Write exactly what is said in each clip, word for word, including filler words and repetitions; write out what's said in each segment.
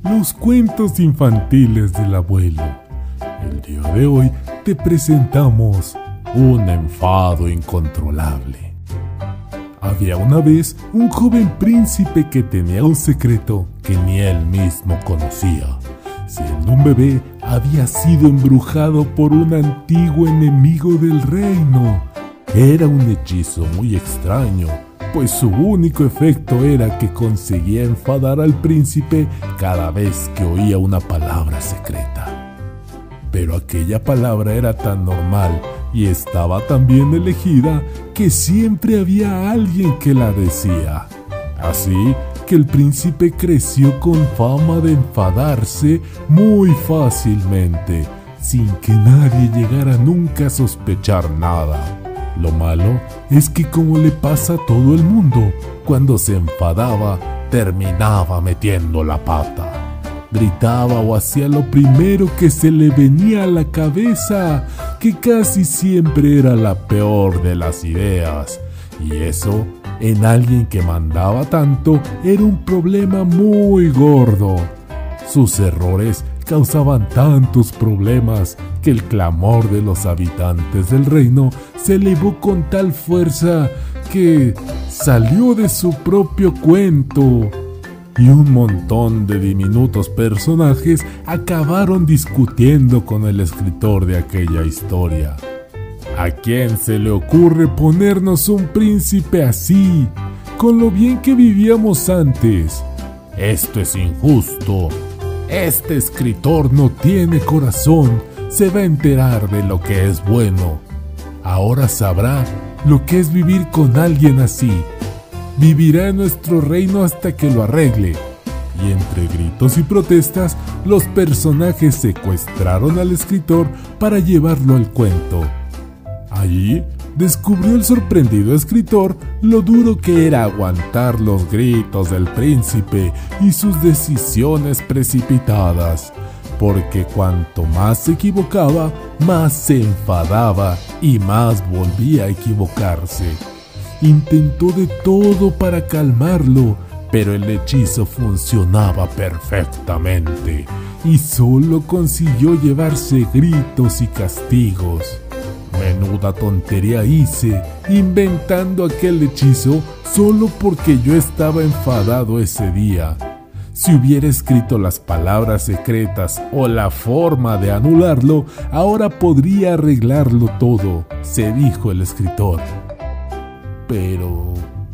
los cuentos infantiles del abuelo. El día de hoy te presentamos un enfado incontrolable. Había una vez un joven príncipe que tenía un secreto que ni él mismo conocía. Siendo un bebé, había sido embrujado por un antiguo enemigo del reino. Era un hechizo muy extraño, pues su único efecto era que conseguía enfadar al príncipe cada vez que oía una palabra secreta. Pero aquella palabra era tan normal y estaba tan bien elegida que siempre había alguien que la decía. Así que el príncipe creció con fama de enfadarse muy fácilmente, sin que nadie llegara nunca a sospechar nada. Lo malo es que, como le pasa a todo el mundo, cuando se enfadaba, terminaba metiendo la pata. Gritaba o hacía lo primero que se le venía a la cabeza, que casi siempre era la peor de las ideas. Y eso, en alguien que mandaba tanto, era un problema muy gordo. Sus errores causaban tantos problemas que el clamor de los habitantes del reino se elevó con tal fuerza que salió de su propio cuento. Y un montón de diminutos personajes acabaron discutiendo con el escritor de aquella historia. ¿A quién se le ocurre ponernos un príncipe así, con lo bien que vivíamos antes? Esto es injusto. Este escritor no tiene corazón. Se va a enterar de lo que es bueno. Ahora sabrá lo que es vivir con alguien así. Vivirá en nuestro reino hasta que lo arregle. Y entre gritos y protestas, los personajes secuestraron al escritor para llevarlo al cuento. Allí descubrió el sorprendido escritor lo duro que era aguantar los gritos del príncipe y sus decisiones precipitadas, porque cuanto más se equivocaba, más se enfadaba y más volvía a equivocarse. Intentó de todo para calmarlo, pero el hechizo funcionaba perfectamente y solo consiguió llevarse gritos y castigos. Menuda tontería hice inventando aquel hechizo solo porque yo estaba enfadado ese día. Si hubiera escrito las palabras secretas o la forma de anularlo, ahora podría arreglarlo todo, se dijo el escritor. Pero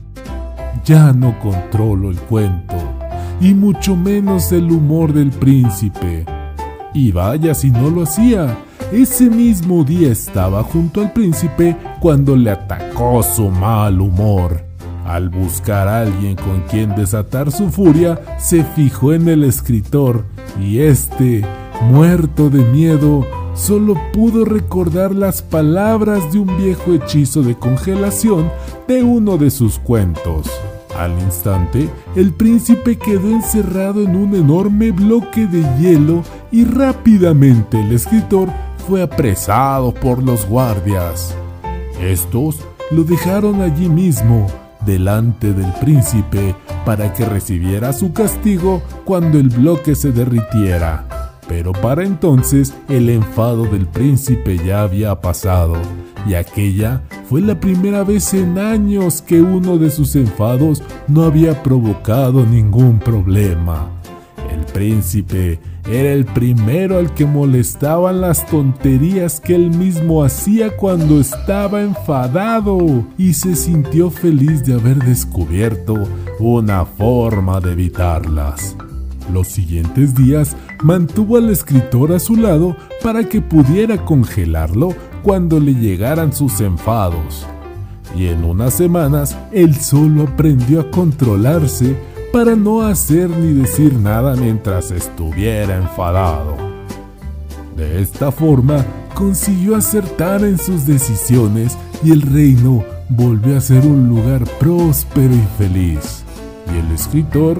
ya no controlo el cuento, y mucho menos el humor del príncipe. Y vaya si no lo hacía. Ese mismo día estaba junto al príncipe cuando le atacó su mal humor. Al buscar a alguien con quien desatar su furia, se fijó en el escritor y este, muerto de miedo, solo pudo recordar las palabras de un viejo hechizo de congelación de uno de sus cuentos. Al instante, el príncipe quedó encerrado en un enorme bloque de hielo y rápidamente el escritor fue apresado por los guardias. Estos lo dejaron allí mismo, delante del príncipe, para que recibiera su castigo cuando el bloque se derritiera. Pero para entonces el enfado del príncipe ya había pasado, y aquella fue la primera vez en años que uno de sus enfados no había provocado ningún problema. El príncipe era el primero al que molestaban las tonterías que él mismo hacía cuando estaba enfadado, y se sintió feliz de haber descubierto una forma de evitarlas. Los siguientes días mantuvo al escritor a su lado para que pudiera congelarlo cuando le llegaran sus enfados. Y en unas semanas él solo aprendió a controlarse para no hacer ni decir nada mientras estuviera enfadado. De esta forma consiguió acertar en sus decisiones y el reino volvió a ser un lugar próspero y feliz. Y el escritor,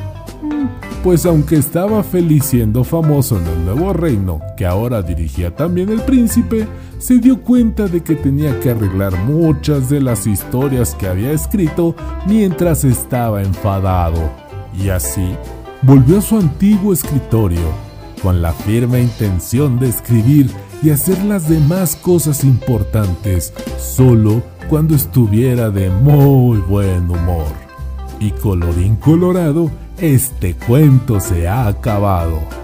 pues aunque estaba feliz siendo famoso en el nuevo reino que ahora dirigía también el príncipe, se dio cuenta de que tenía que arreglar muchas de las historias que había escrito mientras estaba enfadado. Y así volvió a su antiguo escritorio, con la firme intención de escribir y hacer las demás cosas importantes solo cuando estuviera de muy buen humor. Y colorín colorado, este cuento se ha acabado.